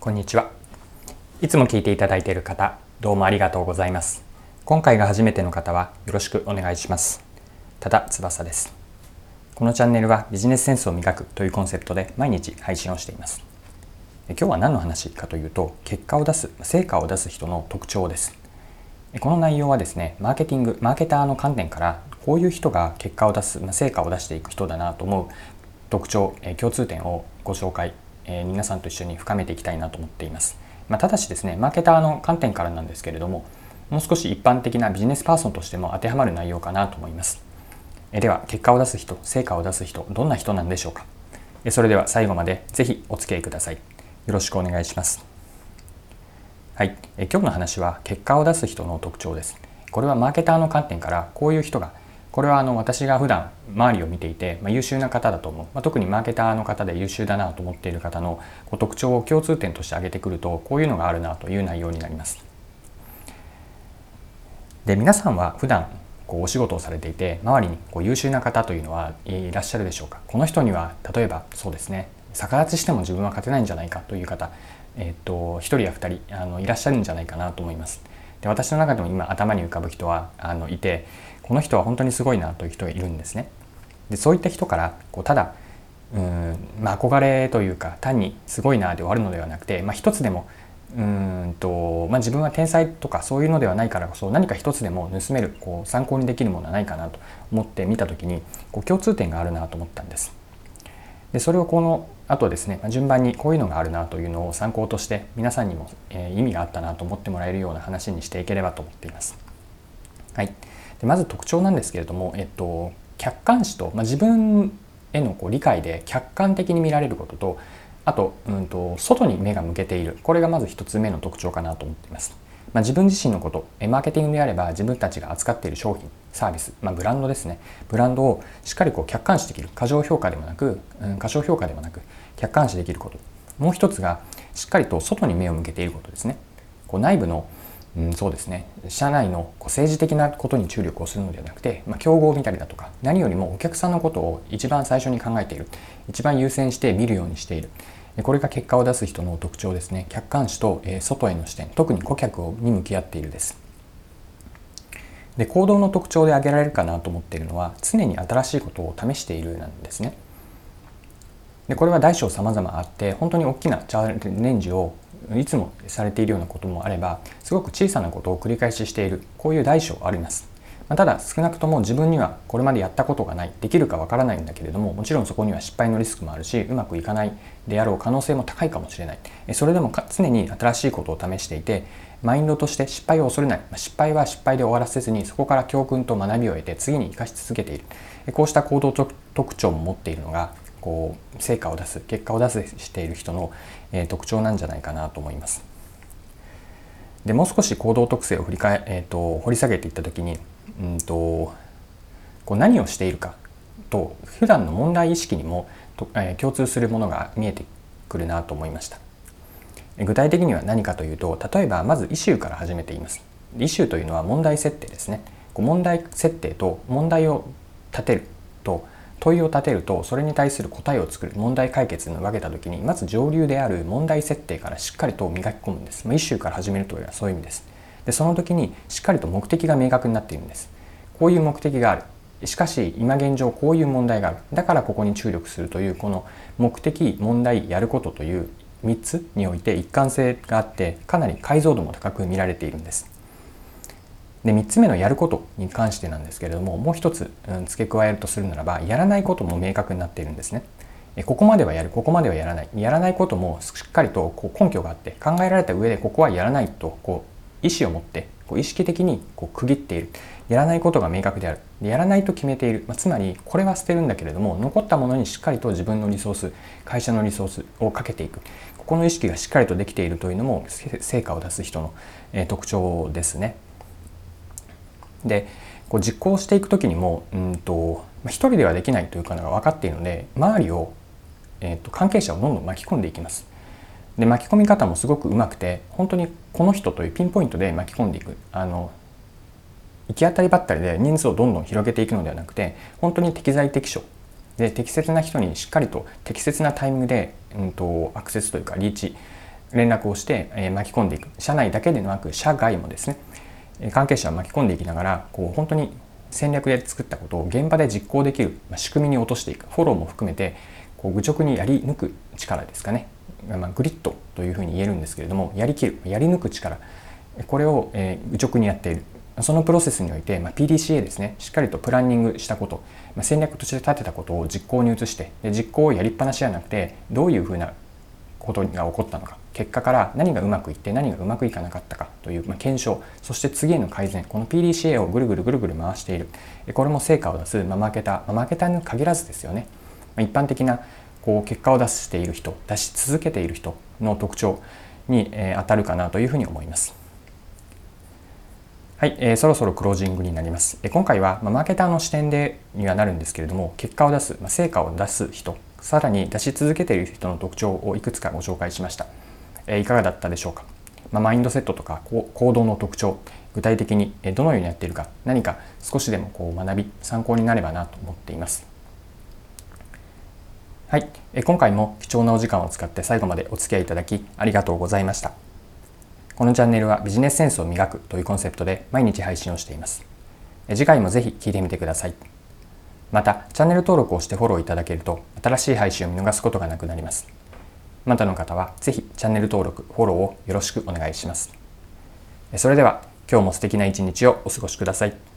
こんにちは。いつも聞いていただいている方、どうもありがとうございます。今回が初めての方はよろしくお願いします。多田翼です。このチャンネルはビジネスセンスを磨くというコンセプトで毎日配信をしています。今日は何の話かというと、結果を出す、成果を出す人の特徴です。この内容はですね、マーケティング、マーケターの観点からこういう人が結果を出す、成果を出していく人だなと思う特徴、共通点をご紹介、皆さんと一緒に深めていきたいなと思っています。ただしですね、マーケターの観点からなんですけれども、もう少し一般的なビジネスパーソンとしても当てはまる内容かなと思います。では、結果を出す人、成果を出す人、どんな人なんでしょうか。それでは最後までぜひお付き合いください。よろしくお願いします。はい、今日の話は結果を出す人の特徴です。これはマーケターの観点からこういう人が、これは私が普段周りを見ていて、優秀な方だと思う、特にマーケターの方で優秀だなと思っている方の特徴を共通点として挙げてくると、こういうのがあるなという内容になります。で、皆さんは普段お仕事をされていて、周りに優秀な方というのはいらっしゃるでしょうか。この人には例えばそうですね、逆立ちしても自分は勝てないんじゃないかという方、1人や2人いらっしゃるんじゃないかなと思います。で、私の中でも今頭に浮かぶ人はいて、この人は本当にすごいなという人がいるんですね。で、そういった人からただ憧れというか、単にすごいなで終わるのではなくて、一つでも自分は天才とかそういうのではないからこそ、何か一つでも盗める参考にできるものはないかなと思って見た時に共通点があるなと思ったんです。で、それをこの後ですね、順番にこういうのがあるなというのを参考として皆さんにも意味があったなと思ってもらえるような話にしていければと思っています。はい。で、まず特徴なんですけれども、客観視と、自分への理解で客観的に見られることと、あと、外に目が向けている、これがまず一つ目の特徴かなと思っています。自分自身のこと、マーケティングであれば自分たちが扱っている商品、サービス、ブランドですね。ブランドをしっかり客観視できる、過小評価でもなく客観視できること。もう一つがしっかりと外に目を向けていることですね。内部のそうですね、社内の政治的なことに注力をするのではなくて、競合を見たりだとか、何よりもお客さんのことを一番最初に考えている、一番優先して見るようにしている。これが結果を出す人の特徴ですね。客観視と外への視点、特に顧客に向き合っているです。で、行動の特徴で挙げられるかなと思っているのは、常に新しいことを試しているなんですね。で、これは大小様々あって、本当に大きなチャレンジをいつもされているようなこともあれば、すごく小さなことを繰り返ししている、こういう大小あります。ただ少なくとも自分にはこれまでやったことがない、できるかわからないんだけれども、もちろんそこには失敗のリスクもあるし、うまくいかないであろう可能性も高いかもしれない。それでも常に新しいことを試していて、マインドとして失敗を恐れない、失敗は失敗で終わらせずに、そこから教訓と学びを得て次に生かし続けている、こうした行動特徴も持っているのが成果を出す、結果を出している人の特徴なんじゃないかなと思います。で、もう少し行動特性を掘り下げていったときに、何をしているかと普段の問題意識にも共通するものが見えてくるなと思いました。具体的には何かというと、例えばまずイシューから始めています。イシューというのは問題設定ですね。問題設定と問題を立てると、問いを立てると、それに対する答えを作る、問題解決に分けたときに、まず上流である問題設定からしっかりと磨き込むんです。イシューから始めるというのはそういう意味です。で、その時にしっかりと目的が明確になっているんです。こういう目的がある。しかし今現状こういう問題がある。だからここに注力するという、この目的、問題、やることという3つにおいて一貫性があって、かなり解像度も高く見られているんです。で、3つ目のやることに関してなんですけれども、もう一つ付け加えるとするならば、やらないことも明確になっているんですね。ここまではやる、ここまではやらない。やらないこともしっかりと根拠があって、考えられた上でここはやらないと意思を持って意識的に区切っている。やらないことが明確である。やらないと決めている。つまりこれは捨てるんだけれども、残ったものにしっかりと自分のリソース、会社のリソースをかけていく。ここの意識がしっかりとできているというのも成果を出す人の特徴ですね。で、実行していくときにも一人ではできないというのが分かっているので、周りを、関係者をどんどん巻き込んでいきます。で、巻き込み方もすごくうまくて、本当にこの人というピンポイントで巻き込んでいく、行き当たりばったりで人数をどんどん広げていくのではなくて、本当に適材適所で適切な人にしっかりと適切なタイミングで、アクセスというかリーチ連絡をして巻き込んでいく。社内だけでなく社外もですね、関係者を巻き込んでいきながら本当に戦略で作ったことを現場で実行できる仕組みに落としていく。フォローも含めて愚直にやり抜く力ですかね。グリッドというふうに言えるんですけれども、やりきる、やり抜く力、これを愚直にやっている。そのプロセスにおいて、PDCA ですね、しっかりとプランニングしたこと、戦略として立てたことを実行に移して、実行をやりっぱなしじゃなくて、どういうふうなことが起こったのか、結果から何がうまくいって何がうまくいかなかったかという検証、そして次への改善、この PDCA をぐるぐる回している。これも成果を出すマーケターに限らずですよね。一般的な結果を出している人、出し続けている人の特徴に当たるかなというふうに思います。はい、そろそろクロージングになります。今回はマーケターの視点にはなるんですけれども、結果を出す、成果を出す人、さらに出し続けている人の特徴をいくつかご紹介しました。いかがだったでしょうか。マインドセットとか行動の特徴、具体的にどのようにやっているか、何か少しでも学び、参考になればなと思っています。はい、今回も貴重なお時間を使って最後までお付き合いいただきありがとうございました。このチャンネルはビジネスセンスを磨くというコンセプトで毎日配信をしています。次回もぜひ聞いてみてください。また、チャンネル登録をしてフォローいただけると新しい配信を見逃すことがなくなります。またの方はぜひチャンネル登録、フォローをよろしくお願いします。それでは今日も素敵な一日をお過ごしください。